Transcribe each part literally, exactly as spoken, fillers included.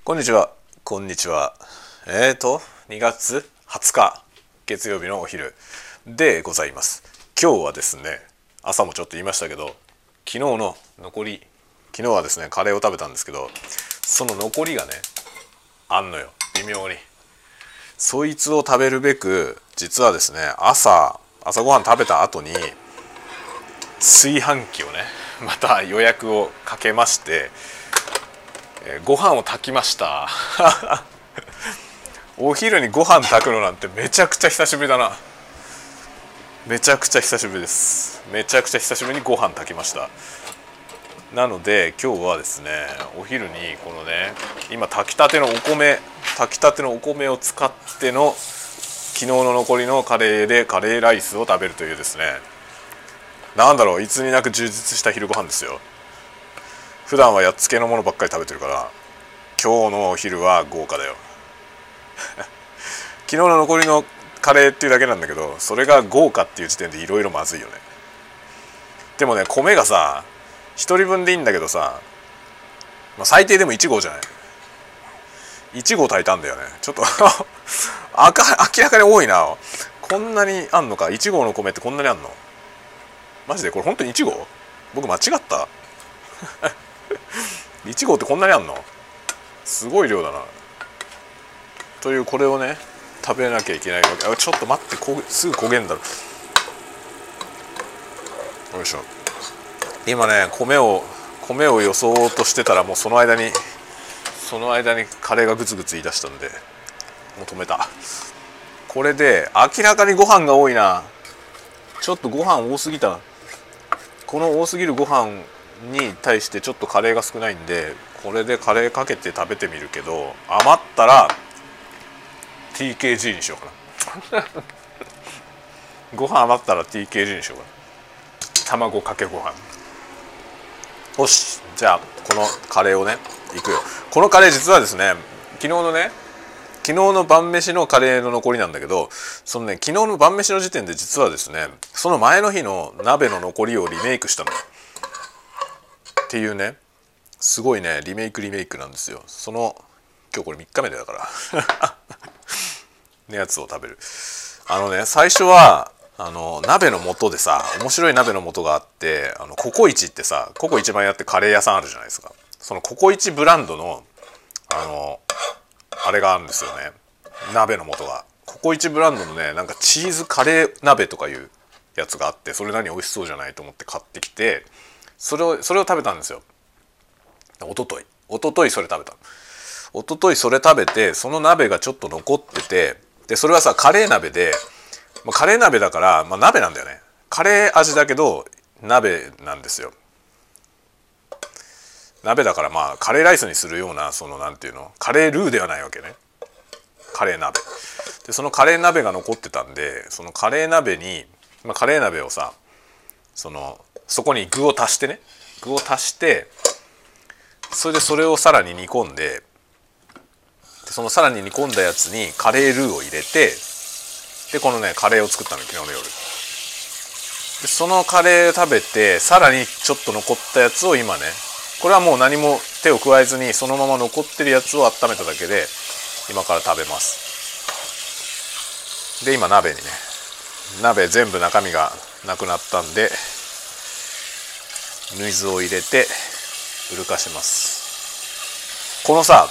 こんにちは、こんにちは。えーと、にがつはつか月曜日のお昼でございます。今日はですね、朝もちょっと言いましたけど、昨日の残り、昨日はですね、カレーを食べたんですけど、その残りがね、あんのよ、微妙に。そいつを食べるべく、実はですね、朝、朝ごはん食べた後に、炊飯器をね、また予約をかけまして、えーご飯を炊きましたお昼にご飯炊くのなんてめちゃくちゃ久しぶりだな。めちゃくちゃ久しぶりです。めちゃくちゃ久しぶりにご飯炊きました。なので今日はですね、お昼にこのね、今炊きたてのお米炊きたてのお米を使っての昨日の残りのカレーでカレーライスを食べるというですね、なんだろう、いつになく充実した昼ご飯ですよ。普段はやっつけのものばっかり食べてるから、今日のお昼は豪華だよ昨日の残りのカレーっていうだけなんだけど、それが豪華っていう時点でいろいろまずいよね。でもね、米がさひとりぶんでいいんだけどさ、まあ、最低でもいちごうじゃない。いちごう炊いたんだよね。ちょっと赤明らかに多いな。こんなにあんのか。いちごうの米ってこんなにあんの。マジでこれ本当にいちごう？僕間違ったいちごうってこんなにあんの？すごい量だな。というこれをね食べなきゃいけないわけ。あ、ちょっと待って、こすぐ焦げんだろ。よいしょ。今ね米を米をよそうとしてたら、もうその間にその間にカレーがグツグツ言い出したんで、もう止めた。これで明らかにご飯が多いな。ちょっとご飯多すぎた。この多すぎるご飯に対してちょっとカレーが少ないんで、これでカレーかけて食べてみるけど、余ったら ティーケージー にしようかなご飯余ったら ティーケージー にしようかな。卵かけご飯。よし、じゃあこのカレーをねいくよ。このカレー実はですね、昨日のね昨日の晩飯のカレーの残りなんだけど、そのね昨日の晩飯の時点で実はですね、その前の日の鍋の残りをリメイクしたのっていうね、すごいねリメイクリメイクなんですよ。その今日これみっかめだからのやつを食べる。あのね、最初はあの鍋の素でさ、面白い鍋の素があって、あのココイチってさ、ココ一番やってカレー屋さんあるじゃないですか。そのココイチブランドのあのあれがあるんですよね、鍋の素が。ココイチブランドのね、なんかチーズカレー鍋とかいうやつがあって、それ何美味しそうじゃないと思って買ってきて、それをそれを食べたんですよ。一昨日一昨日それ食べた。一昨日それ食べて、その鍋がちょっと残ってて、でそれはさカレー鍋で、まあ、カレー鍋だから、まあ、鍋なんだよね。カレー味だけど鍋なんですよ。鍋だから、まあカレーライスにするような、そのなんていうの、カレールーではないわけね。カレー鍋で、そのカレー鍋が残ってたんで、そのカレー鍋に、まあ、カレー鍋をさ、そのそこに具を足してね具を足して、それでそれをさらに煮込んで、でそのさらに煮込んだやつにカレールーを入れて、でこのねカレーを作ったの、昨日の夜で。そのカレーを食べて、さらにちょっと残ったやつを今ね、これはもう何も手を加えずにそのまま残ってるやつを温めただけで今から食べます。で今鍋にね、鍋全部中身がなくなったんで水を入れてうるかします。このさ、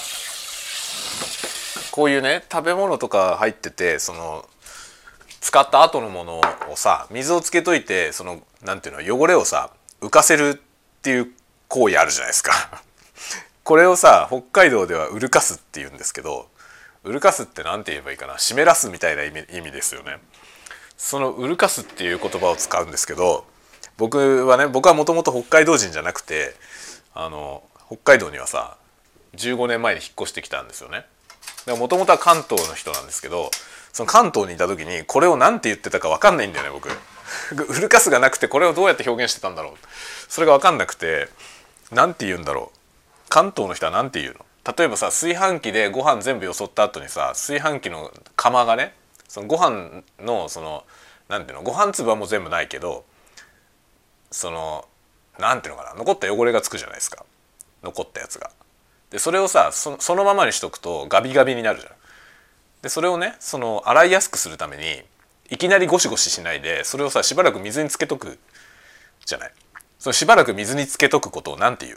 こういうね食べ物とか入ってて、その使った後のものをさ、水をつけといて、そのなんていうの、汚れをさ浮かせるっていう行為あるじゃないですかこれをさ北海道ではうるかすって言うんですけど、うるかすってなんて言えばいいかな、湿らすみたいな意味、意味ですよね。そのうるかすっていう言葉を使うんですけど、僕はね僕はもともと北海道人じゃなくて、あの北海道にはさじゅうごねんまえに引っ越してきたんですよね。もともとは関東の人なんですけど、その関東にいた時にこれを何て言ってたか分かんないんだよね、僕うるかすがなくて、これをどうやって表現してたんだろう、それが分かんなくて、何て言うんだろう、関東の人は何て言うの。例えばさ、炊飯器でご飯全部よそった後にさ、炊飯器の釜がね、そのご飯のそのなんていうの、ご飯粒はもう全部ないけど、そのなんていうのかな、残った汚れがつくじゃないですか、残ったやつが。 でそれをさ そ, そのままにしとくとガビガビになるじゃん。でそれをねその洗いやすくするためにいきなりゴシゴシしないでそれをさしばらく水につけとくじゃない。そのしばらく水につけとくことをなんて言う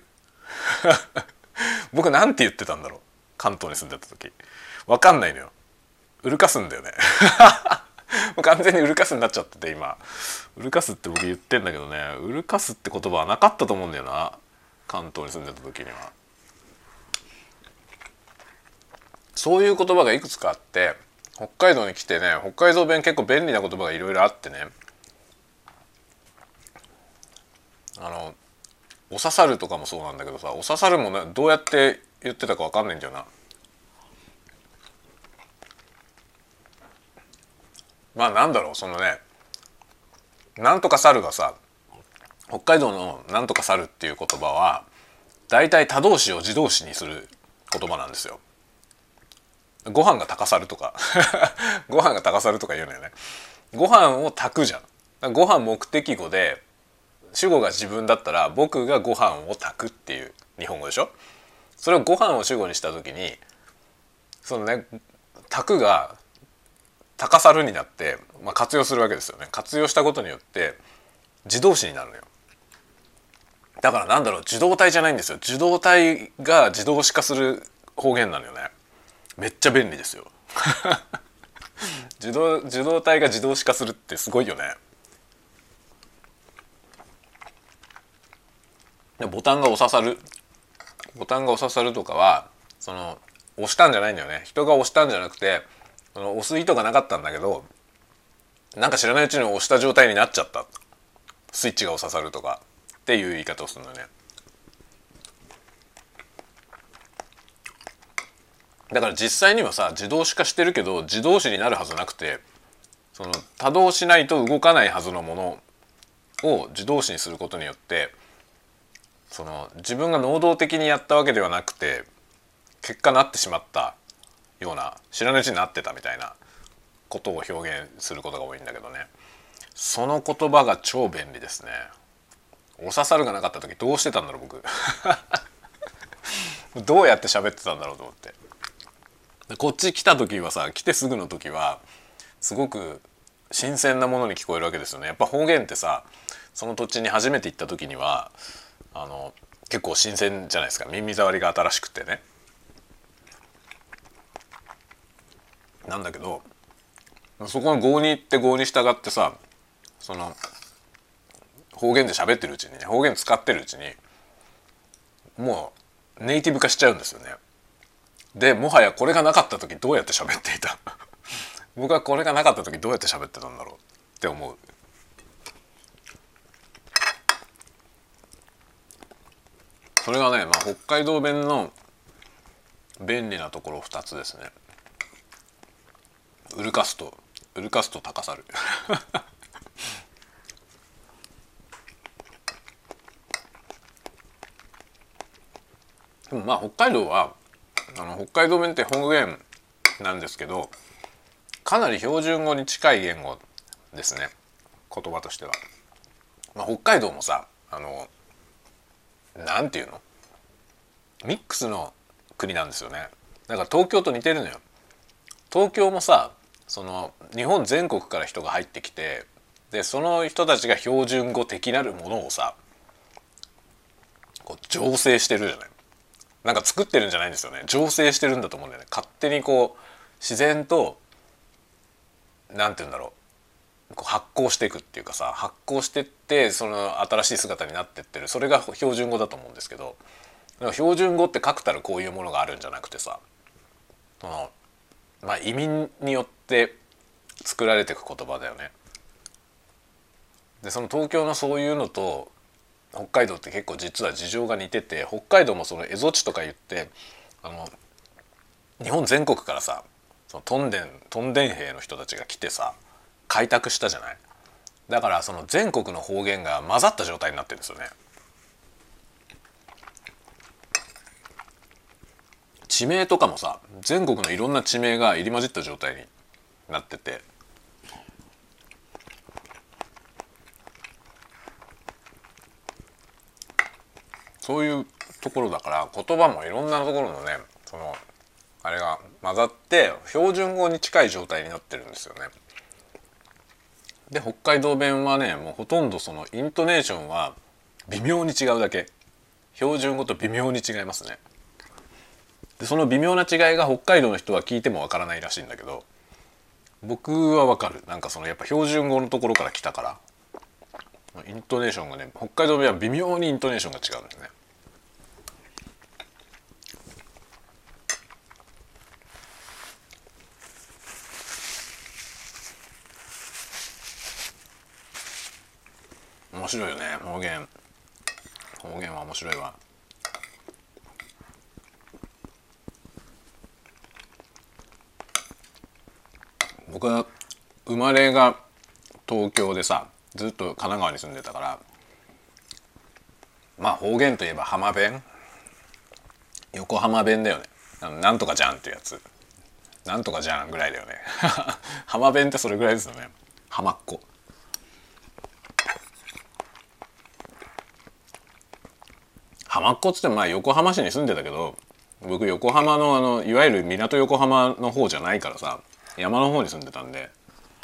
僕なんて言ってたんだろう。関東に住んでた時わかんないのよ。ウルカスんだよねもう完全にウルカスになっちゃってて今ウルカスって僕言ってんだけどね、ウルカスって言葉はなかったと思うんだよな、関東に住んでた時には。そういう言葉がいくつかあって、北海道に来てね、北海道弁結構便利な言葉がいろいろあってね、あのお刺さるとかもそうなんだけどさ、お刺さるもねどうやって言ってたか分かんないんだよな。まあなんだろう、そのねなんとか猿がさ、北海道のなんとか猿っていう言葉はだいたい他動詞を自動詞にする言葉なんですよ。ご飯が高猿とかご飯が高猿とか言うのよね。ご飯を炊くじゃん。ご飯目的語で主語が自分だったら僕がご飯を炊くっていう日本語でしょ。それをご飯を主語にした時にそのね炊くが高猿になって、まあ、活用するわけですよね。活用したことによって自動詞になるのよ。だからなんだろう、受動体じゃないんですよ。受動体が自動詞化する方言なのよね。めっちゃ便利ですよ受動受動体が自動詞化するってすごいよね。ボタンがお刺さるボタンがお刺さるとかはその押したんじゃないんだよね。人が押したんじゃなくて、その押す意図がなかったんだけどなんか知らないうちに押した状態になっちゃった、スイッチがお刺さるとかっていう言い方をするのね。だから実際にはさ自動詞化してるけど自動詞になるはずなくて、その多動しないと動かないはずのものを自動詞にすることによってその自分が能動的にやったわけではなくて結果なってしまったような、知らないうちになってたみたいなことを表現することが多いんだけどね。その言葉が超便利ですね。お刺さるがなかった時どうしてたんだろう僕どうやって喋ってたんだろうと思って。こっち来た時はさ、来てすぐの時はすごく新鮮なものに聞こえるわけですよね。やっぱ方言ってさ、その土地に初めて行った時にはあの結構新鮮じゃないですか。耳障りが新しくてね。なんだけどそこの郷に行って郷に従ってさ、その方言で喋ってるうちにね、方言使ってるうちにもうネイティブ化しちゃうんですよね。でもはやこれがなかった時どうやって喋っていた僕はこれがなかった時どうやって喋ってたんだろうって思う。それがね、まあ、北海道弁の便利なところふたつですね。ウルカスとウルカスと高猿でもまあ北海道はあの北海道弁って方言なんですけどかなり標準語に近い言語ですね、言葉としては。まあ、北海道もさあのなんていうのミックスの国なんですよね。だから東京と似てるのよ。東京もさその日本全国から人が入ってきて、でその人たちが標準語的なるものをさこう醸成してるじゃない。なんか作ってるんじゃないんですよね。醸成してるんだと思うんだよね。勝手にこう自然となんて言うんだろう、こう発酵していくっていうかさ、発酵してってその新しい姿になってってる、それが標準語だと思うんですけど、標準語って確たるこういうものがあるんじゃなくてさ、そのまあ移民によって作られていく言葉だよね。でその東京のそういうのと北海道って結構実は事情が似てて、北海道もその蝦夷地とか言ってあの日本全国からさそのトンデントンデン兵の人たちが来てさ開拓したじゃない。だからその全国の方言が混ざった状態になってるんですよね。地名とかもさ全国のいろんな地名が入り混じった状態になってて、そういうところだから、言葉もいろんなところのねそのあれが混ざって標準語に近い状態になってるんですよね。で北海道弁はねもうほとんどそのイントネーションは微妙に違うだけ、標準語と微妙に違いますね。でその微妙な違いが北海道の人は聞いてもわからないらしいんだけど、僕はわかる。なんかそのやっぱ標準語のところから来たからイントネーションがね、北海道弁は微妙にイントネーションが違うんですね。面白いよね方言。方言は面白いわ。僕は生まれが東京でさ、ずっと神奈川に住んでたから、まあ方言といえば浜弁、横浜弁だよね。なんとかじゃんっていうやつ、なんとかじゃんぐらいだよね浜弁ってそれぐらいですよね。浜っ子。浜っ子っつってもまあ横浜市に住んでたけど、僕横浜のあのいわゆる港横浜の方じゃないからさ、山の方に住んでたんで、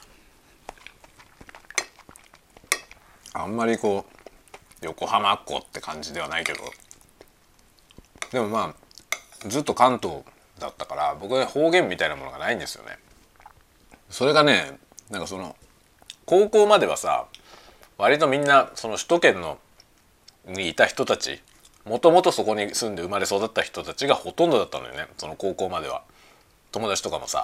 あんまりこう横浜っ子って感じではないけど、でもまあずっと関東だったから僕は方言みたいなものがないんですよね。それがね、なんかその高校まではさ、割とみんなその首都圏のにいた人たち、もともとそこに住んで生まれ育った人たちがほとんどだったのよね。その高校までは友達とかもさ、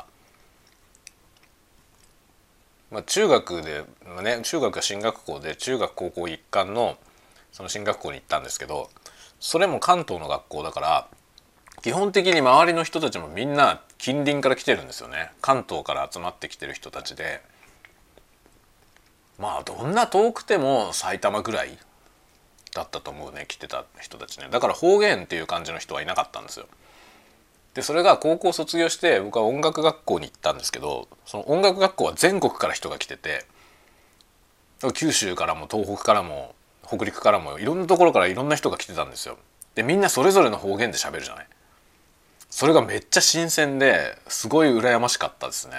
まあ、中学で、まあね、中学は進学校で中学高校一貫のその進学校に行ったんですけど、それも関東の学校だから基本的に周りの人たちもみんな近隣から来てるんですよね。関東から集まってきてる人たちで、まあどんな遠くても埼玉ぐらいだったと思うね、来てた人たちね。だから方言っていう感じの人はいなかったんですよ。でそれが高校卒業して僕は音楽学校に行ったんですけど、その音楽学校は全国から人が来てて、九州からも東北からも北陸からもいろんなところからいろんな人が来てたんですよ。でみんなそれぞれの方言で喋るじゃない。それがめっちゃ新鮮ですごい羨ましかったですね。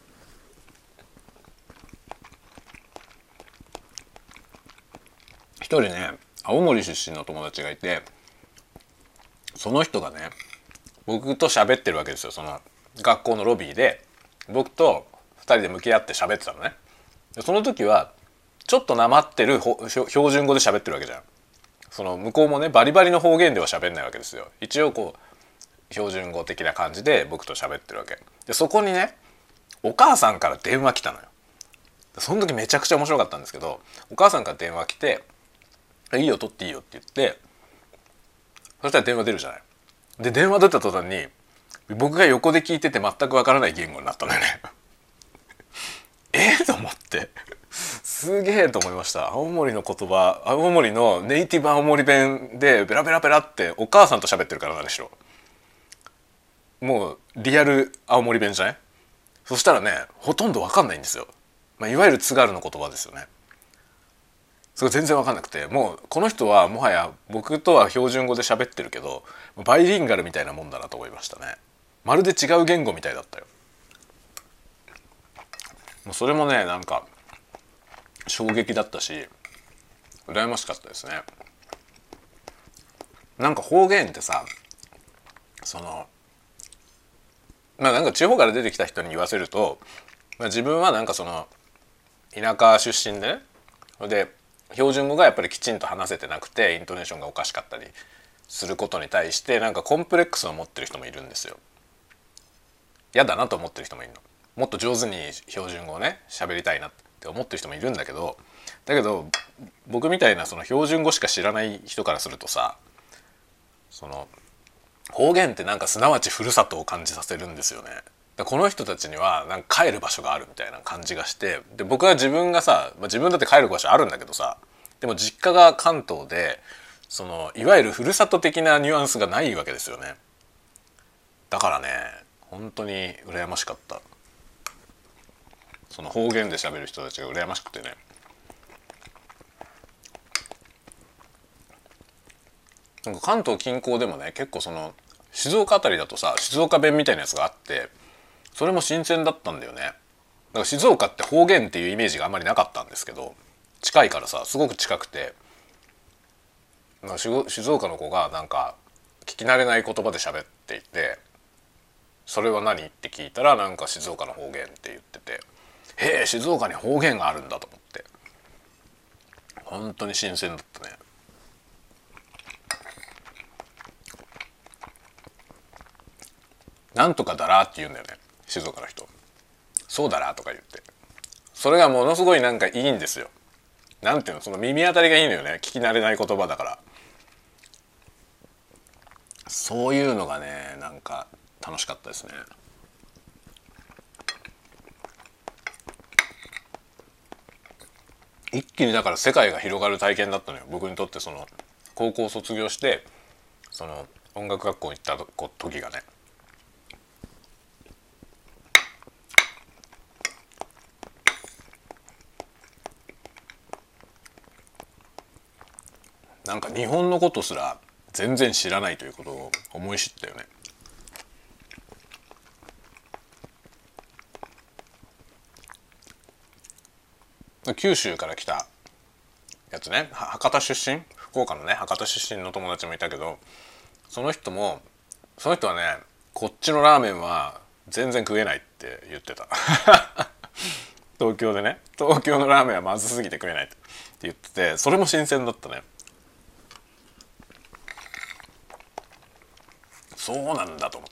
一人ね青森出身の友達がいて、その人がね僕と喋ってるわけですよ。その学校のロビーで僕とふたりで向き合って喋ってたのね。でその時はちょっとなまってる標準語で喋ってるわけじゃん。その向こうもねバリバリの方言では喋んないわけですよ。一応こう標準語的な感じで僕と喋ってるわけで、そこにねお母さんから電話来たのよ。その時めちゃくちゃ面白かったんですけど、お母さんから電話来て「いいよ取っていいよ」って言って、そしたら電話出るじゃない。で電話出た途端に僕が横で聞いてて全くわからない言語になったのよねえーと思ってすげえと思いました。青森の言葉、青森のネイティブ青森弁でベラベラベラってお母さんと喋ってるからなんでしょう。もうリアル青森弁じゃない。そしたらねほとんどわかんないんですよ。まあ、いわゆる津軽の言葉ですよね。それ全然わかんなくて、もうこの人はもはや僕とは標準語で喋ってるけどバイリンガルみたいなもんだなと思いましたね。まるで違う言語みたいだったよ。もうそれもねなんか衝撃だったし羨ましかったですね。なんか方言ってさ、そのまあなんか地方から出てきた人に言わせると、まあ、自分はなんかその田舎出身でね、で標準語がやっぱりきちんと話せてなくてイントネーションがおかしかったりすることに対してなんかコンプレックスを持ってる人もいるんですよ。嫌だなと思ってる人もいるの。もっと上手に標準語をね喋りたいなって思ってる人もいるんだけど、だけど僕みたいなその標準語しか知らない人からするとさ、その方言ってなんかすなわちふるさとを感じさせるんですよね。この人たちにはなんか帰る場所があるみたいな感じがして、で僕は自分がさ、まあ、自分だって帰る場所あるんだけどさ、でも実家が関東でそのいわゆるふるさと的なニュアンスがないわけですよね。だからね本当に羨ましかった。その方言で喋る人たちが羨ましくてね。 なんか関東近郊でもね結構その静岡あたりだとさ静岡弁みたいなやつがあって、それも新鮮だったんだよね。だから静岡って方言っていうイメージがあんまりなかったんですけど、近いからさすごく近くて、なんか静岡の子がなんか聞き慣れない言葉で喋っていて、それは何って聞いたらなんか静岡の方言って言ってて、へえ静岡に方言があるんだと思って、本当に新鮮だったね。なんとかだらって言うんだよね静岡の人。そうだらとか言って、それがものすごいなんかいいんですよ。なんていうの、その耳当たりがいいのよね、聞き慣れない言葉だから。そういうのがねなんか楽しかったですね。一気にだから世界が広がる体験だったのよ僕にとって。その高校卒業してその音楽学校に行った時がね。なんか日本のことすら全然知らないということを思い知ったよね。九州から来たやつね、博多出身、福岡のね博多出身の友達もいたけど、その人もその人はねこっちのラーメンは全然食えないって言ってた東京でね、東京のラーメンはまずすぎて食えないって言ってて、それも新鮮だったね。そうなんだと思って。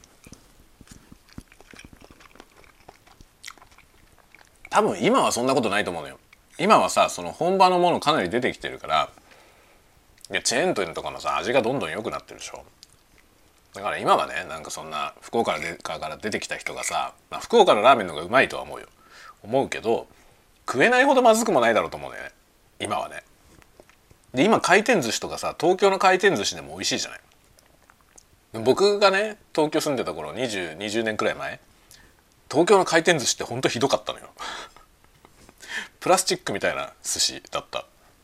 多分今はそんなことないと思うのよ。今はさその本場のものかなり出てきてるから、いやチェーン店とかのさ味がどんどん良くなってるでしょ。だから今はねなんかそんな福岡から出てきた人がさ、まあ、福岡のラーメンの方がうまいとは思うよ思うけど、食えないほどまずくもないだろうと思うのよね今はね。で今回転寿司とかさ東京の回転寿司でも美味しいじゃない。僕がね東京住んでた頃にじゅう、にじゅうねんくらい前、東京の回転寿司ってほんとひどかったのよプラスチックみたいな寿司だった。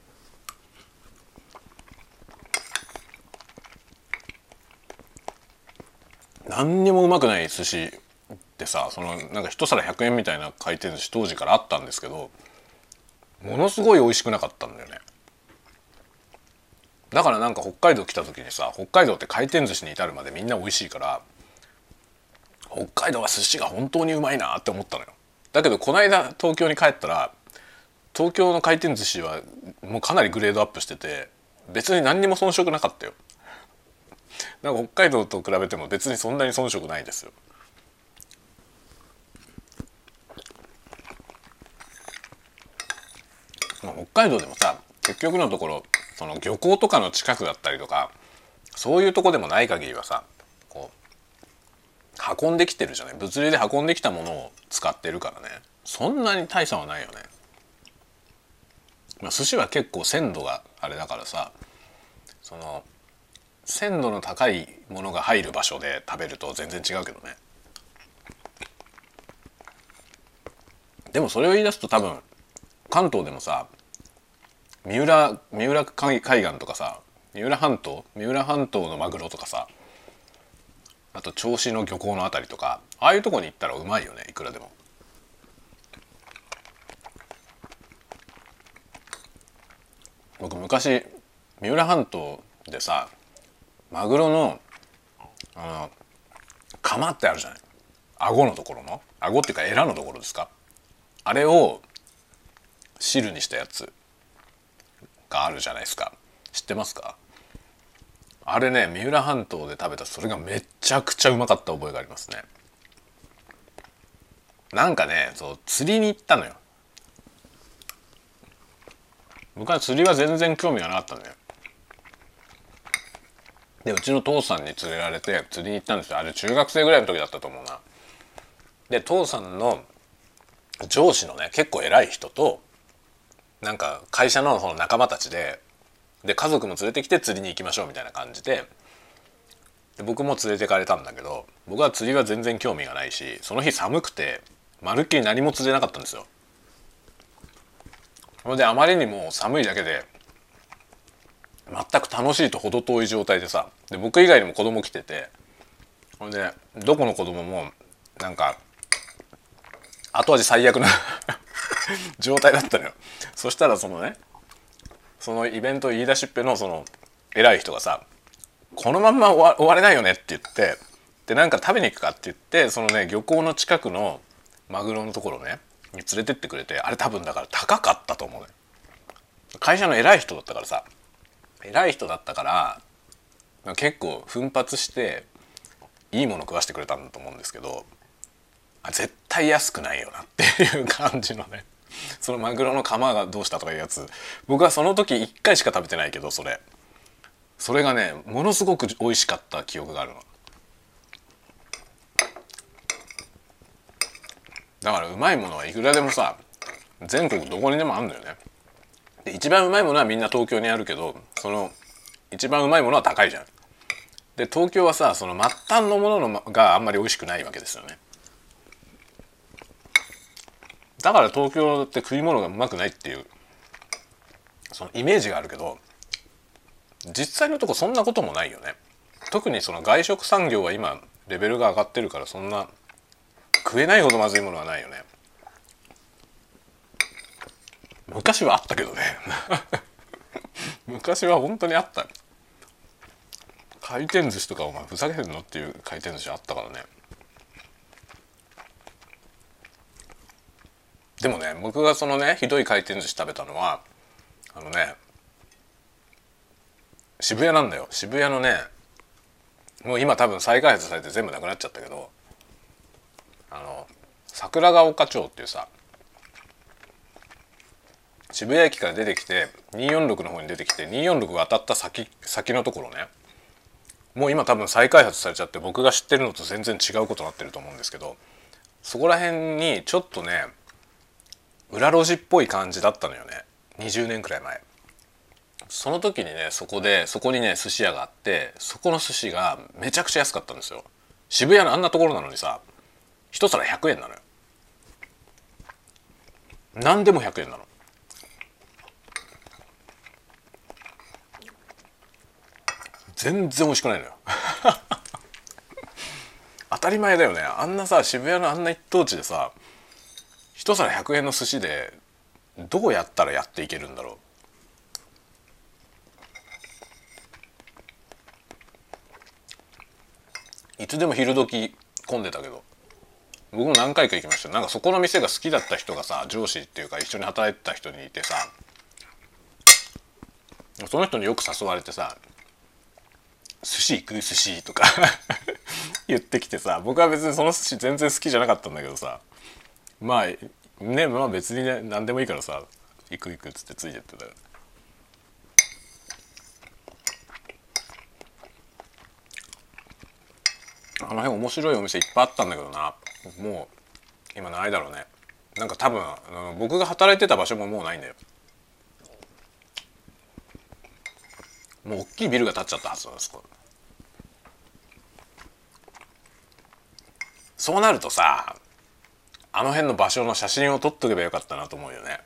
何にもうまくない寿司ってさ、そのなんか一皿ひゃくえんみたいな回転寿司当時からあったんですけど、ものすごい美味しくなかったんだよね。だからなんか北海道来た時にさ、北海道って回転寿司に至るまでみんな美味しいから、北海道は寿司が本当にうまいなって思ったのよ。だけどこの間東京に帰ったら、東京の回転寿司はもうかなりグレードアップしてて、別に何にも遜色なかったよ。なんか北海道と比べても別にそんなに遜色ないですよ。まあ、北海道でもさ結局のところその漁港とかの近くだったりとかそういうとこでもない限りはさ、こう運んできてるじゃない、物流で運んできたものを使ってるからね、そんなに大差はないよね。まあ、寿司は結構鮮度があれだからさ、その鮮度の高いものが入る場所で食べると全然違うけどね。でもそれを言い出すと多分関東でもさ三浦三浦海岸とかさ、三浦半島三浦半島のマグロとかさ、あと銚子の漁港のあたりとか、ああいうとこに行ったらうまいよね、いくらでも。僕昔三浦半島でさマグロのあの釜ってあるじゃない、顎のところの顎っていうかエラのところですか、あれを汁にしたやつがあるじゃないですか。知ってますか？あれね三浦半島で食べたそれがめちゃくちゃうまかった覚えがありますね。なんかねそう釣りに行ったのよ。僕は釣りは全然興味がなかったんだよ。でうちの父さんに連れられて釣りに行ったんですよ。あれ中学生ぐらいの時だったと思うな。で父さんの上司のね結構偉い人となんか会社のその仲間たちでで家族も連れてきて釣りに行きましょうみたいな感じで、で僕も連れてかれたんだけど、僕は釣りは全然興味がないし、その日寒くてまるっきり何も釣れなかったんですよ。それであまりにも寒いだけで全く楽しいと程遠い状態でさ、で僕以外にも子供来てて、ほんでどこの子供もなんか後味最悪な状態だったのよ。そしたらそのね、そのイベント言い出しっぺのその偉い人がさ、このまんま終わ終われないよねって言って、でなんか食べに行くかって言って、そのね漁港の近くのマグロのところねに連れてってくれて、あれ多分だから高かったと思うね。会社の偉い人だったからさ、偉い人だったから結構奮発していいもの食わしてくれたんだと思うんですけど、絶対安くないよなっていう感じのね、そのマグロのカマがどうしたとかいうやつ、僕はその時いっかいしか食べてないけど、それそれがねものすごく美味しかった記憶があるの。だからうまいものはいくらでもさ、全国どこにでもあるんだよね。で一番うまいものはみんな東京にあるけど、その一番うまいものは高いじゃん。で東京はさ、その末端のもののがあんまり美味しくないわけですよね。だから東京って食い物がうまくないっていうそのイメージがあるけど、実際のとこそんなこともないよね。特にその外食産業は今レベルが上がってるから、そんな食えないほどまずいものはないよね。昔はあったけどね昔は本当にあった。回転寿司とかお前ふざけてんのっていう回転寿司あったからね。でもね、僕がそのねひどい回転寿司食べたのはあのね渋谷なんだよ。渋谷のね、もう今多分再開発されて全部なくなっちゃったけど、あの桜ヶ丘町っていうさ、渋谷駅から出てきてにーよんろくの方に出てきてにーよんろく渡った先先のところね、もう今多分再開発されちゃって僕が知ってるのと全然違うことになってると思うんですけど、そこら辺にちょっとね裏路地っぽい感じだったのよね、にじゅうねんくらい前。その時にね、そこでそこにね寿司屋があって、そこの寿司がめちゃくちゃ安かったんですよ。渋谷のあんなところなのにさ、一皿ひゃくえんなのよ。何でもひゃくえんなの。全然美味しくないのよ当たり前だよね。あんなさ渋谷のあんな一等地でさ、一皿ひゃくえんの寿司でどうやったらやっていけるんだろう。いつでも昼時混んでたけど、僕も何回か行きました。なんかそこの店が好きだった人がさ、上司っていうか一緒に働いてた人にいてさ、その人によく誘われてさ、寿司行く寿司とか言ってきてさ、僕は別にその寿司全然好きじゃなかったんだけどさ、まあね、まあ別にね何でもいいからさ、行く行くっつってついてってたよ。あの辺面白いお店いっぱいあったんだけどな、もう今ないだろうね。なんか多分あの僕が働いてた場所ももうないんだよ。もう大きいビルが建っちゃったはずなんです。そうなるとさ、あの辺の場所の写真を撮っとけばよかったなと思うよね。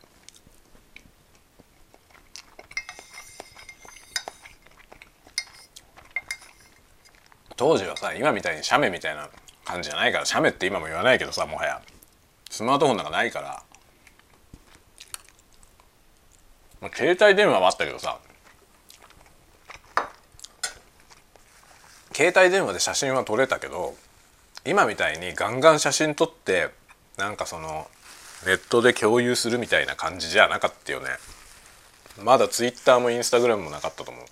当時はさ、今みたいに写メみたいな感じじゃないから、写メって今も言わないけどさ、もはやスマートフォンなんかないから、まあ、携帯電話はあったけどさ、携帯電話で写真は撮れたけど、今みたいにガンガン写真撮ってなんかそのネットで共有するみたいな感じじゃなかったよね。まだツイッターもインスタグラムもなかったと思う。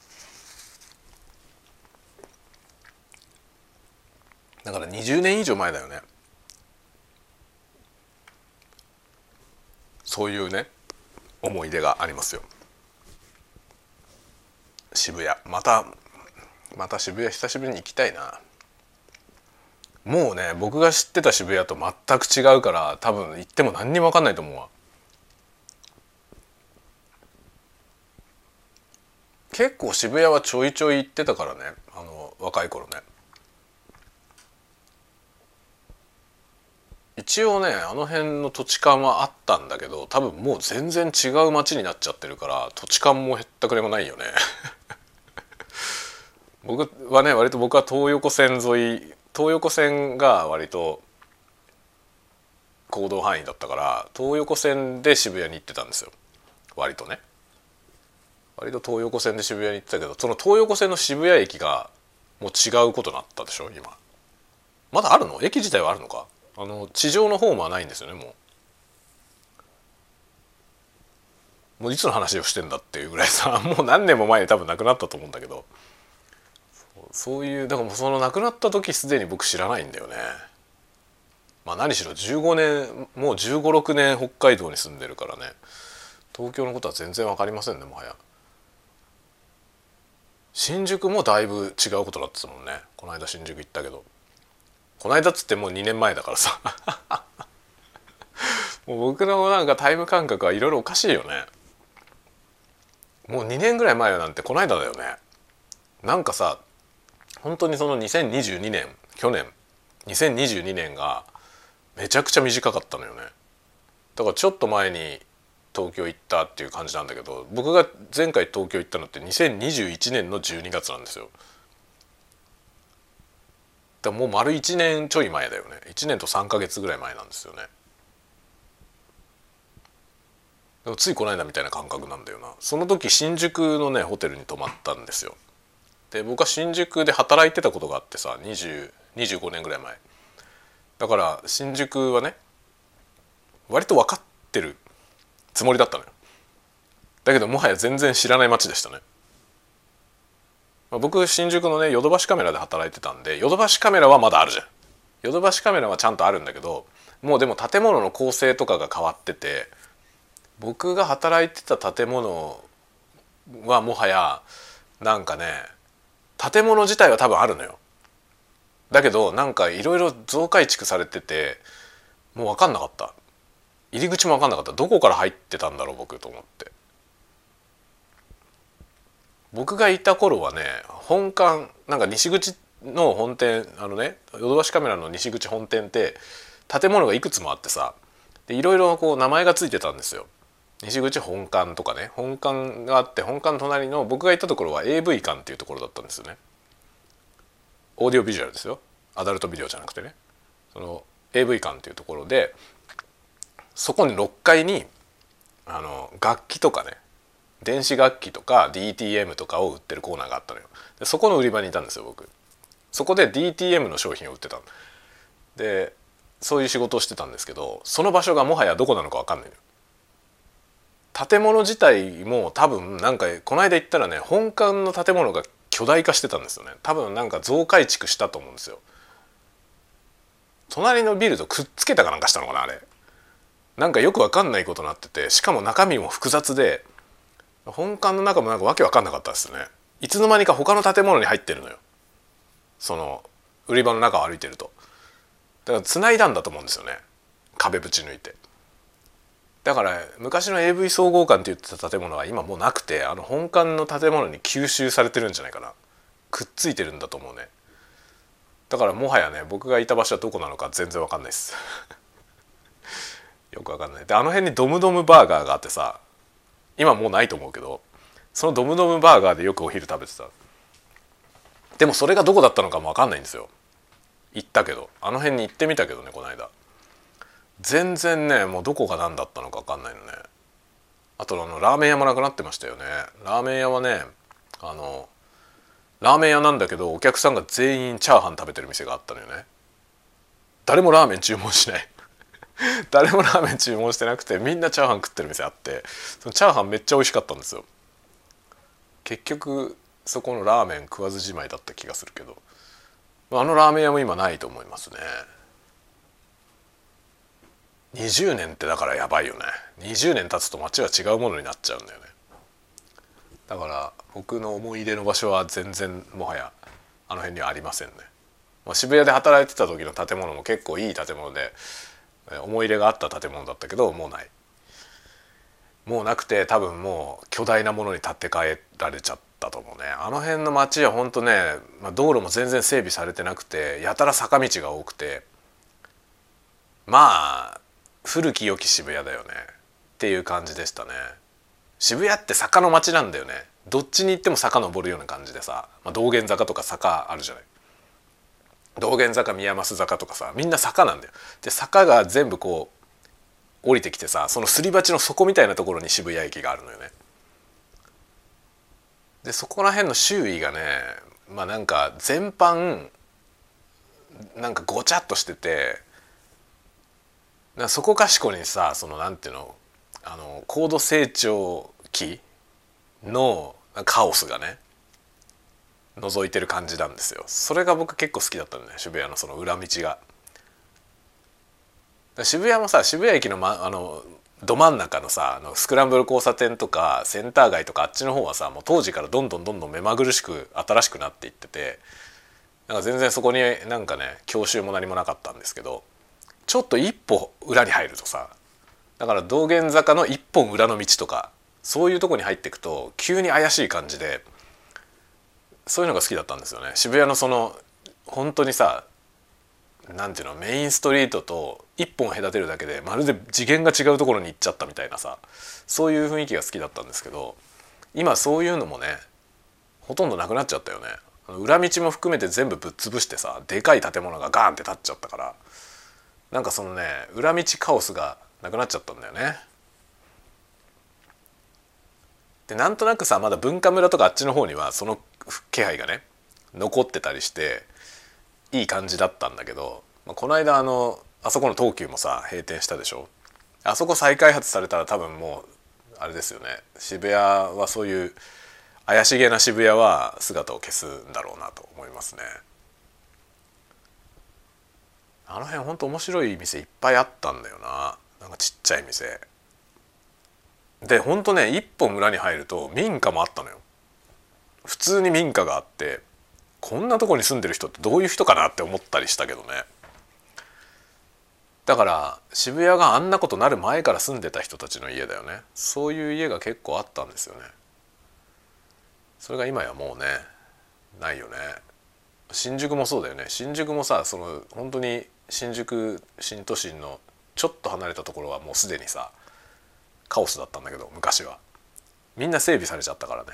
だからにじゅうねん以上前だよね。そういうね思い出がありますよ。渋谷またまた渋谷久しぶりに行きたいな。もうね僕が知ってた渋谷と全く違うから、多分行っても何にも分かんないと思うわ。結構渋谷はちょいちょい行ってたからね、あの若い頃ね。一応ねあの辺の土地勘はあったんだけど、多分もう全然違う街になっちゃってるから土地勘もへったくれもないよね僕はね割と僕は東横線沿い東横線が割と行動範囲だったから東横線で渋谷に行ってたんですよ。割とね割と東横線で渋谷に行ってたけど、その東横線の渋谷駅がもう違うことになったでしょ今。まだあるの？駅自体はあるのか。あの地上のホームはないんですよね。もうもういつの話をしてんだっていうぐらいさ、もう何年も前に多分なくなったと思うんだけど、そういうだからもうその亡くなった時すでに僕知らないんだよね。まあ何しろじゅうごねんもうじゅうご、ろくねん北海道に住んでるからね、東京のことは全然わかりませんね。もはや新宿もだいぶ違うことだったもんね。この間新宿行ったけど、この間っつってもうにねんまえだからさもう僕のなんかタイム感覚はいろいろおかしいよね。もうにねんぐらい前なんてこの間だよね。なんかさ本当にそのにせんにじゅうにねん去年にせんにじゅうにねんがめちゃくちゃ短かったのよね。だからちょっと前に東京行ったっていう感じなんだけど、僕が前回東京行ったのってにせんにじゅういちねんのじゅうにがつなんですよ。だからもう丸いちねんちょい前だよね。いちねんとさんかげつぐらい前なんですよね。でもついこの間みたいな感覚なんだよな。その時新宿のねホテルに泊まったんですよ。で僕は新宿で働いてたことがあってさ、にじゅう、にじゅうごねんぐらい前だから、新宿はね割と分かってるつもりだったのよ。だけどもはや全然知らない街でしたね。まあ、僕新宿のねヨドバシカメラで働いてたんで、ヨドバシカメラはまだあるじゃん。ヨドバシカメラはちゃんとあるんだけど、もうでも建物の構成とかが変わってて、僕が働いてた建物はもはやなんかね、建物自体は多分あるのよ。だけどなんかいろいろ増改築されてて、もう分かんなかった。入り口も分かんなかった。どこから入ってたんだろう僕と思って。僕がいた頃はね、本館なんか西口の本店、あのねヨドバシカメラの西口本店って建物がいくつもあってさ、でいろいろこう名前がついてたんですよ。西口本館とかね、本館があって、本館の隣の僕がいたところは エーブイ 館っていうところだったんですよね。オーディオビジュアルですよ、アダルトビデオじゃなくてね。その エーブイ 館っていうところで、そこにろっかいにあの楽器とかね、電子楽器とか ディーティーエム とかを売ってるコーナーがあったのよ。でそこの売り場にいたんですよ僕。そこで ディーティーエム の商品を売ってたで、そういう仕事をしてたんですけど、その場所がもはやどこなのか分かんないのよ。建物自体も多分なんかこの間行ったらね、本館の建物が巨大化してたんですよね。多分なんか増改築したと思うんですよ。隣のビルとくっつけたかなんかしたのかなあれ。なんかよく分かんないことになってて、しかも中身も複雑で、本館の中もなんかわけ分かんなかったですね。いつの間にか他の建物に入ってるのよ、その売り場の中を歩いてると。だから繋いだんだと思うんですよね、壁ぶち抜いて。だから昔の エーブイ 総合館って言ってた建物は今もうなくて、あの本館の建物に吸収されてるんじゃないかな。くっついてるんだと思うね。だからもはやね、僕がいた場所はどこなのか全然わかんないですよくわかんない。であの辺にドムドムバーガーがあってさ、今もうないと思うけど、そのドムドムバーガーでよくお昼食べてた。でもそれがどこだったのかもわかんないんですよ。行ったけど、あの辺に行ってみたけどねこの間。全然ねもうどこが何だったのかわかんないのね。あとあのラーメン屋もなくなってましたよね。ラーメン屋はね、あのラーメン屋なんだけどお客さんが全員チャーハン食べてる店があったのよね。誰もラーメン注文しない誰もラーメン注文してなくて、みんなチャーハン食ってる店あって、そのチャーハンめっちゃ美味しかったんですよ。結局そこのラーメン食わずじまいだった気がするけど、あのラーメン屋も今ないと思いますね。にじゅうねんってだからやばいよね。にじゅうねん経つと街は違うものになっちゃうんだよね。だから僕の思い出の場所は全然もはやあの辺にはありませんね。まあ、渋谷で働いてた時の建物も結構いい建物で思い入れがあった建物だったけど、もうない。もうなくて、多分もう巨大なものに建て替えられちゃったと思うね。あの辺の街はほんとね、まあ、道路も全然整備されてなくて、やたら坂道が多くて、まあ古き良き渋谷だよねっていう感じでしたね。渋谷って坂の街なんだよね。 どっちに行っても坂登るような感じでさ、まあ、道玄坂とか坂あるじゃない。道玄坂、宮益坂とかさ、みんな坂なんだよ。で坂が全部こう降りてきてさ、そのすり鉢の底みたいなところに渋谷駅があるのよね。でそこら辺の周囲がね、まあなんか全般なんかごちゃっとしてて、なそこかしこにさ、そのなんていうの、あの高度成長期のカオスがね覗いてる感じなんですよ。それが僕結構好きだったのね、渋谷のその裏道が。渋谷もさ、渋谷駅の、ま、あのど真ん中のさ、あのスクランブル交差点とかセンター街とかあっちの方はさ、もう当時からどんどんどんどん目まぐるしく新しくなっていってて、なんか全然そこになんかね郷愁も何もなかったんですけど、ちょっと一歩裏に入るとさ、だから道玄坂の一本裏の道とかそういうとこに入っていくと急に怪しい感じで、そういうのが好きだったんですよね。渋谷のその本当にさ、なんていうの、メインストリートと一本隔てるだけでまるで次元が違うところに行っちゃったみたいなさ、そういう雰囲気が好きだったんですけど、今そういうのもねほとんどなくなっちゃったよね。裏道も含めて全部ぶっ潰してさ、でかい建物がガーンって建っちゃったから、なんかそのね裏道カオスがなくなっちゃったんだよね。でなんとなくさ、まだ文化村とかあっちの方にはその気配がね残ってたりしていい感じだったんだけど、まあ、この間あのあそこの東急もさ閉店したでしょ。あそこ再開発されたら多分もうあれですよね、渋谷はそういう怪しげな渋谷は姿を消すんだろうなと思いますね。あの辺ほんと面白い店いっぱいあったんだよな。なんかちっちゃい店で、ほんとね一本裏に入ると民家もあったのよ。普通に民家があって、こんなとこに住んでる人ってどういう人かなって思ったりしたけどね。だから渋谷があんなことなる前から住んでた人たちの家だよね。そういう家が結構あったんですよね。それが今やもうねないよね。新宿もそうだよね。新宿もさ、その本当に新宿新都心のちょっと離れたところはもうすでにさカオスだったんだけど、昔はみんな整備されちゃったからね。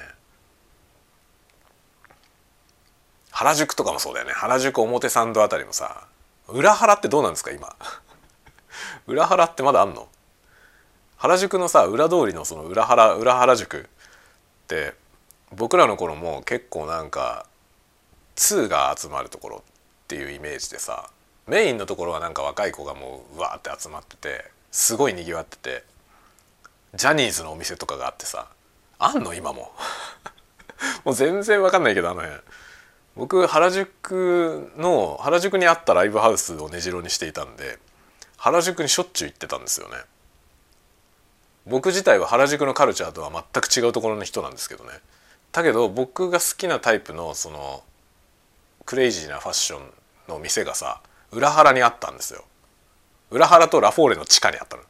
原宿とかもそうだよね。原宿表参道あたりもさ、裏原ってどうなんですか今裏原ってまだあんの？原宿のさ裏通りのその裏原裏原宿って僕らの頃も結構なんか通が集まるところっていうイメージでさ、メインのところはなんか若い子がもううわーって集まっててすごいにぎわってて、ジャニーズのお店とかがあってさ、あんの今ももう全然わかんないけど、あの辺僕原宿の原宿にあったライブハウスを根城にしていたんで、原宿にしょっちゅう行ってたんですよね。僕自体は原宿のカルチャーとは全く違うところの人なんですけどね。だけど僕が好きなタイプのそのクレイジーなファッションの店がさ裏原にあったんですよ。裏原とラフォーレの地下にあったの。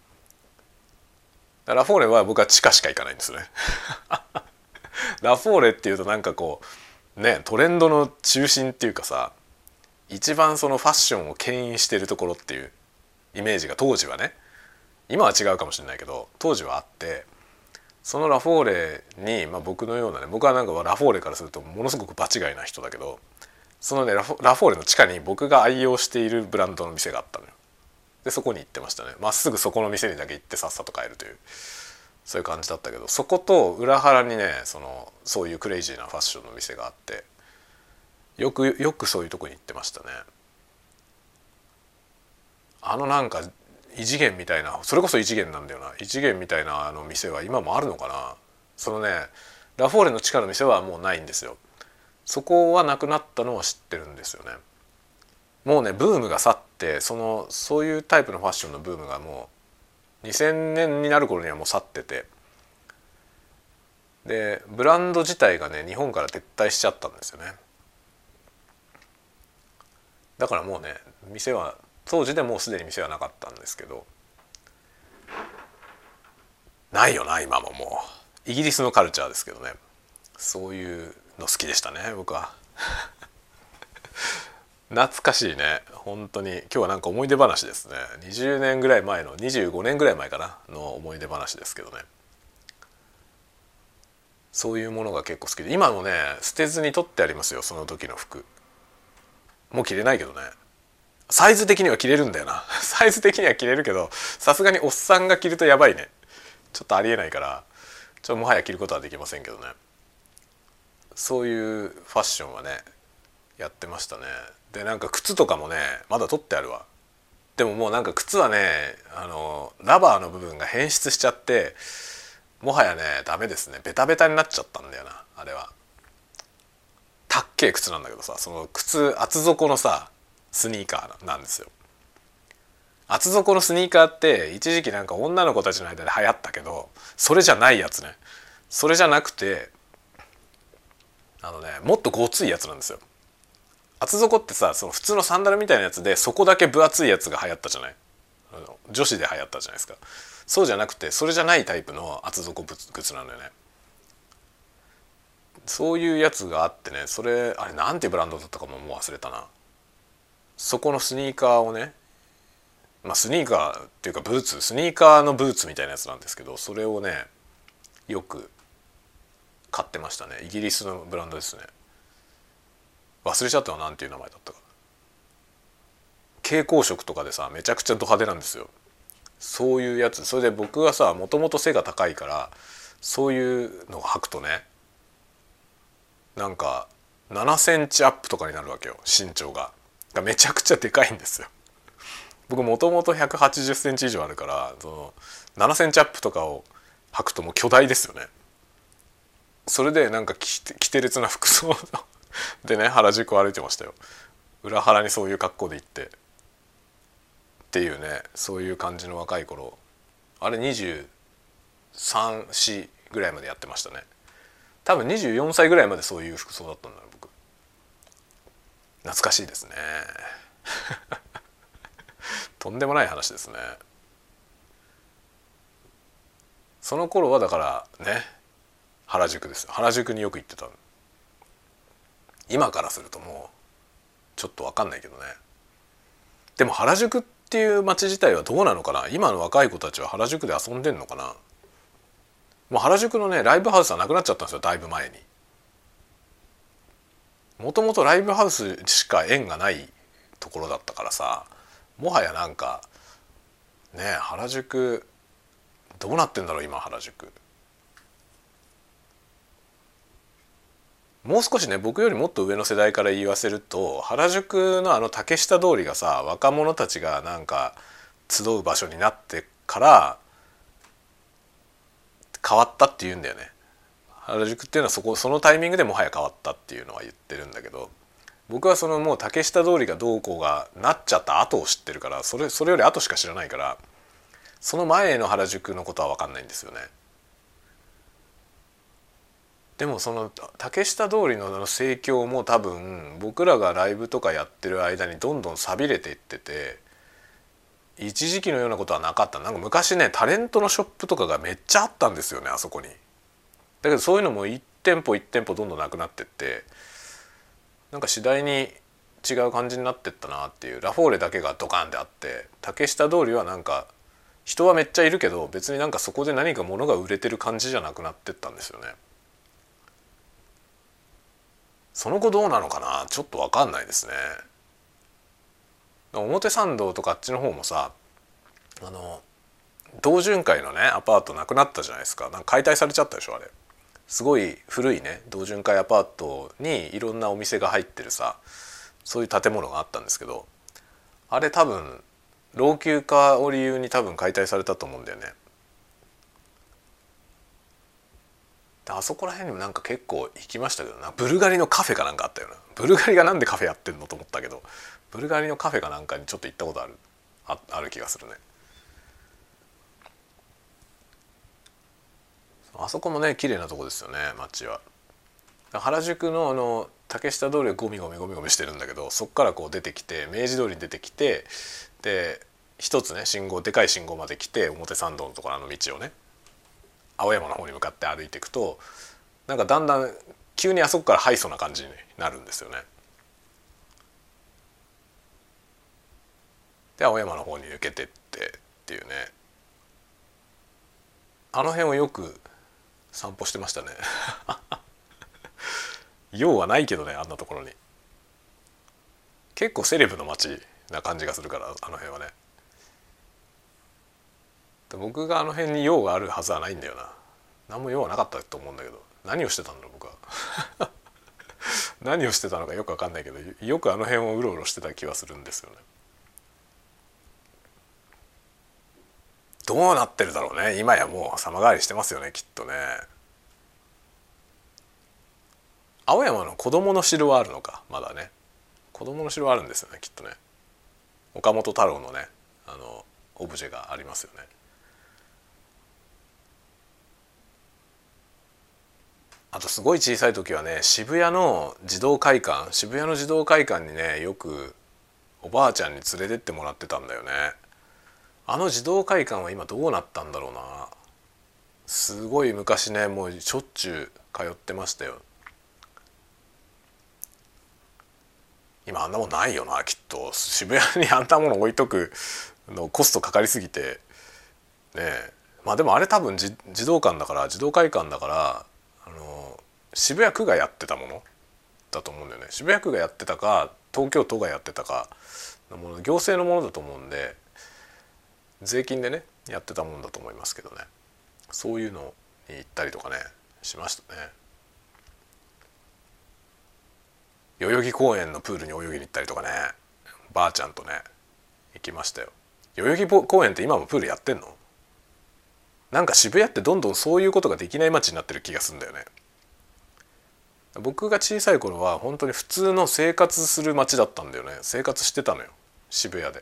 ラフォーレは僕は地下しか行かないんですねラフォーレっていうとなんかこうねトレンドの中心っていうかさ、一番そのファッションを牽引してるところっていうイメージが当時はね、今は違うかもしれないけど当時はあって、そのラフォーレに、まあ、僕のようなね、僕はなんかラフォーレからするとものすごく場違いな人だけど、そのねラフォーレの地下に僕が愛用しているブランドの店があったのよ。でそこに行ってましたね。まっすぐそこの店にだけ行ってさっさと帰るという、そういう感じだったけど、そこと裏腹にねそのそういうクレイジーなファッションの店があって、よくよくそういうとこに行ってましたね。あのなんか異次元みたいな、それこそ異次元なんだよな、異次元みたいなあの店は今もあるのかな。そのねラフォーレの地下の店はもうないんですよ。そこはなくなったのは知ってるんですよね。もうねブームが去って、そのそういうタイプのファッションのブームがもうにせんねんになる頃にはもう去ってて、でブランド自体がね日本から撤退しちゃったんですよね。だからもうね店は当時でもうすでに店はなかったんですけど、ないよな今も。もうイギリスのカルチャーですけどね、そういうの好きでしたね僕は懐かしいね本当に。今日はなんか思い出話ですね。にじゅうねんぐらい前のにじゅうごねんぐらい前かなの思い出話ですけどね。 そういうものが結構好きで、今もね捨てずに取ってありますよ、その時の服。もう着れないけどね。サイズ的には着れるんだよなサイズ的には着れるけど、さすがにおっさんが着るとやばいね。ちょっとありえないから、ちょっともはや着ることはできませんけどね。そういうファッションはねやってましたね。でなんか靴とかもねまだ取ってあるわ。でももうなんか靴はね、あのラバーの部分が変質しちゃって、もはやねダメですね。ベタベタになっちゃったんだよな、あれは。たっけえ靴なんだけどさ、その靴厚底のさスニーカーなんですよ。厚底のスニーカーって一時期なんか女の子たちの間で流行ったけど、それじゃないやつね。それじゃなくて、あのねもっとごついやつなんですよ。厚底ってさ、その普通のサンダルみたいなやつでそこだけ分厚いやつが流行ったじゃない。あの女子で流行ったじゃないですか。そうじゃなくて、それじゃないタイプの厚底靴なのよね。そういうやつがあってね、それあれなんていうブランドだったかももう忘れたな。そこのスニーカーをね、まあスニーカーっていうかブーツ、スニーカーのブーツみたいなやつなんですけど、それをねよく買ってましたね。イギリスのブランドですね。忘れちゃったのなんていう名前だったか。蛍光色とかでさめちゃくちゃド派手なんですよ。そういうやつ。それで僕はさもともと背が高いから、そういうのを履くとね、なんかななセンチアップとかになるわけよ、身長が。がめちゃくちゃでかいんですよ。僕もともとひゃくはちじゅっセンチ以上あるから、そのななセンチアップとかを履くともう巨大ですよね。それでなんかきてきてれつな服装でね原宿を歩いてましたよ。裏腹にそういう格好で行ってっていうね、そういう感じの若い頃、あれにじゅうさん、よんぐらいまでやってましたね。多分にじゅうよんさいぐらいまでそういう服装だったんだな僕。懐かしいですね。とんでもない話ですね。その頃はだからね原宿です。原宿によく行ってた。今からするともうちょっと分かんないけどね。でも原宿っていう街自体はどうなのかな。今の若い子たちは原宿で遊んでんのかな。もう原宿のねライブハウスはなくなっちゃったんですよ、だいぶ前に。もともとライブハウスしか縁がないところだったからさ、もはやなんかね原宿どうなってんだろう今原宿。もう少しね僕よりもっと上の世代から言わせると、原宿のあの竹下通りがさ若者たちがなんか集う場所になってから変わったっていうんだよね。原宿っていうのはそこそのタイミングでもはや変わったっていうのは言ってるんだけど、僕はそのもう竹下通りがどうこうがなっちゃった後を知ってるから、それそれより後しか知らないから、その前の原宿のことは分かんないんですよね。でもその竹下通りの盛況も多分僕らがライブとかやってる間にどんどん寂れていってて、一時期のようなことはなかった。なんか昔ねタレントのショップとかがめっちゃあったんですよねあそこに。だけどそういうのも一店舗一店舗どんどんなくなってって、なんか次第に違う感じになってったなっていう。ラフォーレだけがドカンであって、竹下通りはなんか人はめっちゃいるけど別になんかそこで何か物が売れてる感じじゃなくなってったんですよね。その後どうなのかなちょっと分かんないですね。表参道とかあっちの方もさ、あの同潤会のねアパートなくなったじゃないですか。なんか解体されちゃったでしょあれ。すごい古いね同潤会アパートにいろんなお店が入ってるさ、そういう建物があったんですけど、あれ多分老朽化を理由に多分解体されたと思うんだよね。であそこら辺にもなんか結構行きましたけどな。ブルガリのカフェかなんかあったよな。ブルガリがなんでカフェやってんのと思ったけど、ブルガリのカフェかなんかにちょっと行ったことある あ, ある気がするね。あそこもね綺麗なとこですよね街は。原宿のあの竹下通りはゴミゴミゴミゴミしてるんだけど、そっからこう出てきて明治通りに出てきて、で一つね信号でかい信号まで来て表参道のところあの道をね青山の方に向かって歩いていくと、なんかだんだん急にあそこからハイソな感じになるんですよね。で青山の方に抜けてってっていうね、あの辺をよく散歩してましたね用はないけどね、あんなところに。結構セレブの街な感じがするから、あの辺はね。僕があの辺に用があるはずはないんだよな。何も用はなかったと思うんだけど、何をしてたんだろう僕は何をしてたのかよく分かんないけど、よくあの辺をうろうろしてた気はするんですよね。どうなってるだろうね、今やもう様変わりしてますよね、きっとね。青山の子供の城はあるのか、まだね。子供の城はあるんですよね、きっとね。岡本太郎のね、あのオブジェがありますよね。あとすごい小さい時はね、渋谷の児童会館渋谷の児童会館にね、よくおばあちゃんに連れてってもらってたんだよね。あの児童会館は今どうなったんだろうな。すごい昔ね、もうしょっちゅう通ってましたよ。今あんなもんないよな、きっと。渋谷にあんなもの置いとくのコストかかりすぎてねえ。まあでもあれ多分児童館だから、児童会館だから、あの渋谷区がやってたものだと思うんだよね。渋谷区がやってたか東京都がやってたかのもの、行政のものだと思うんで、税金でねやってたもんだと思いますけどね。そういうのに行ったりとかねしましたね。代々木公園のプールに泳ぎに行ったりとかね、ばあちゃんとね行きましたよ。代々木公園って今もプールやってんの？なんか渋谷ってどんどんそういうことができない街になってる気がするんだよね。僕が小さい頃は本当に普通の生活する街だったんだよね。生活してたのよ、渋谷で。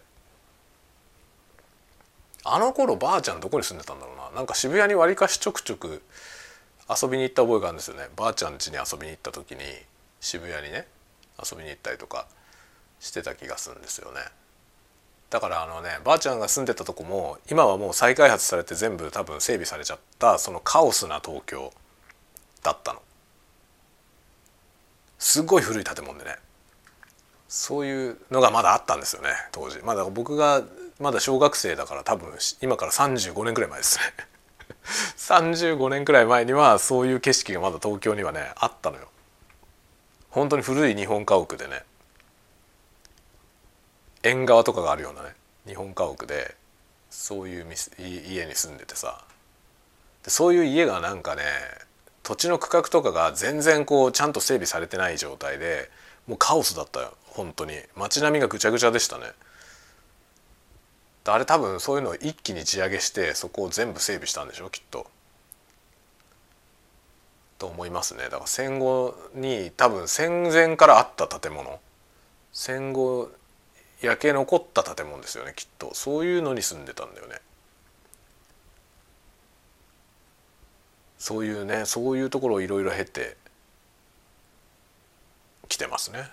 あの頃ばあちゃんどこに住んでたんだろうな。なんか渋谷にわりかしちょくちょく遊びに行った覚えがあるんですよね。ばあちゃん家に遊びに行った時に渋谷にね遊びに行ったりとかしてた気がするんですよね。だからあのね、ばあちゃんが住んでたとこも今はもう再開発されて全部多分整備されちゃった、そのカオスな東京だったの。すっごい古い建物でね、そういうのがまだあったんですよね当時。まだ僕がまだ小学生だから、多分今からさんじゅうごねんくらい前ですねさんじゅうごねんくらい前にはそういう景色がまだ東京にはねあったのよ。本当に古い日本家屋でね、縁側とかがあるようなね日本家屋で、そういう家に住んでてさ、でそういう家がなんかね、土地の区画とかが全然こうちゃんと整備されてない状態で、もうカオスだったよ本当に。街並みがぐちゃぐちゃでしたね。あれ多分そういうのを一気に地上げしてそこを全部整備したんでしょきっと。と思いますね。だから戦後に多分戦前からあった建物、戦後焼け残った建物ですよねきっと。そういうのに住んでたんだよね。そういうね、そういうところをいろいろ経てきてますね。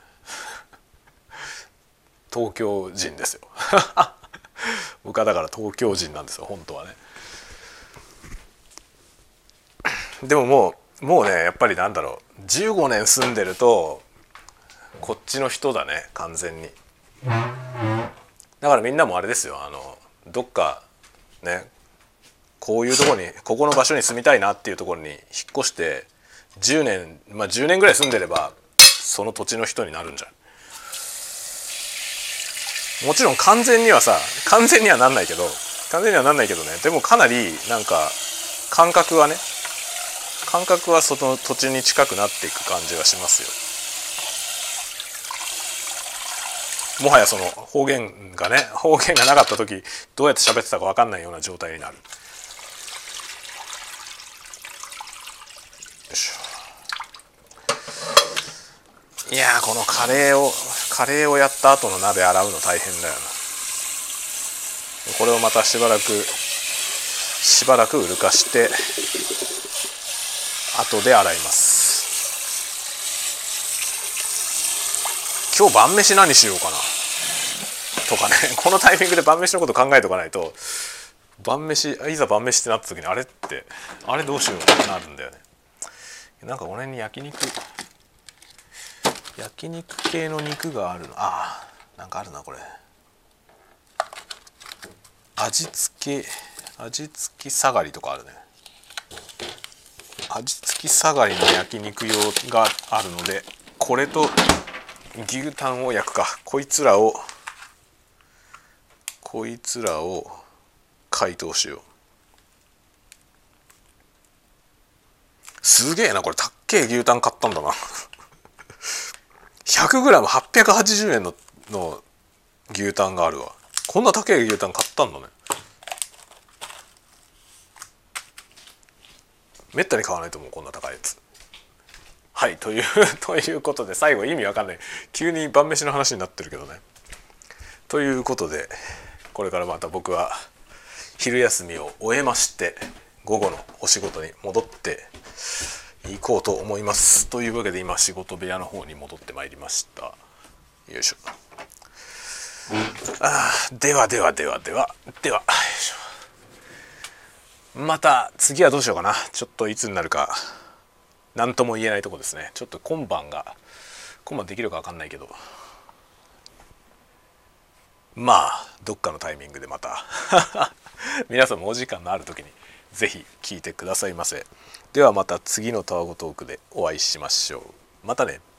東京人ですよ僕はだから東京人なんですよ本当はね。でももうもうね、やっぱりなんだろう、じゅうごねん住んでるとこっちの人だね完全に。だからみんなもあれですよ、あのどっかね、こういうところに、ここの場所に住みたいなっていうところに引っ越してじゅうねん、まあじゅうねんぐらい住んでればその土地の人になるんじゃん。もちろん完全にはさ、完全にはなんないけど完全にはなんないけどね、でもかなりなんか感覚はね、感覚はその土地に近くなっていく感じがしますよ。もはやその方言がね、方言がなかった時どうやって喋ってたか分かんないような状態になる。よいしょ。いやー、このカレーをカレーをやった後の鍋洗うの大変だよな。これをまたしばらくしばらくうるかして後で洗います。今日晩飯何しようかなとかねこのタイミングで晩飯のこと考えとかないと、晩飯いざ晩飯ってなった時にあれってあれどうしようってなるんだよね。なんかこの辺に焼肉焼肉系の肉があるの。あー、なんかあるなこれ。味付け味付き下がりとかあるね。 味付き下がりの焼肉用があるので、これと牛タンを焼くか。こいつらをこいつらを解凍しよう。すげえな、これたっけえ牛タン買ったんだなひゃくグラムはっぴゃくはちじゅうえんのの牛タンがあるわ。こんな高い牛タン買ったんだね。めったに買わないと思う、こんな高いやつ。はいというということで、最後意味わかんない、急に晩飯の話になってるけどね。ということで、これからまた僕は昼休みを終えまして、午後のお仕事に戻っていこうと思います。というわけで、今仕事部屋の方に戻ってまいりました。よいしょ。あーではではではではでは、よいしょ。また次はどうしようかな。ちょっといつになるか何とも言えないとこですね。ちょっと今晩が今晩できるか分かんないけど、まあどっかのタイミングでまた皆さんもお時間のある時にぜひ聞いてくださいませ。ではまた次のタワゴトークでお会いしましょう。またね。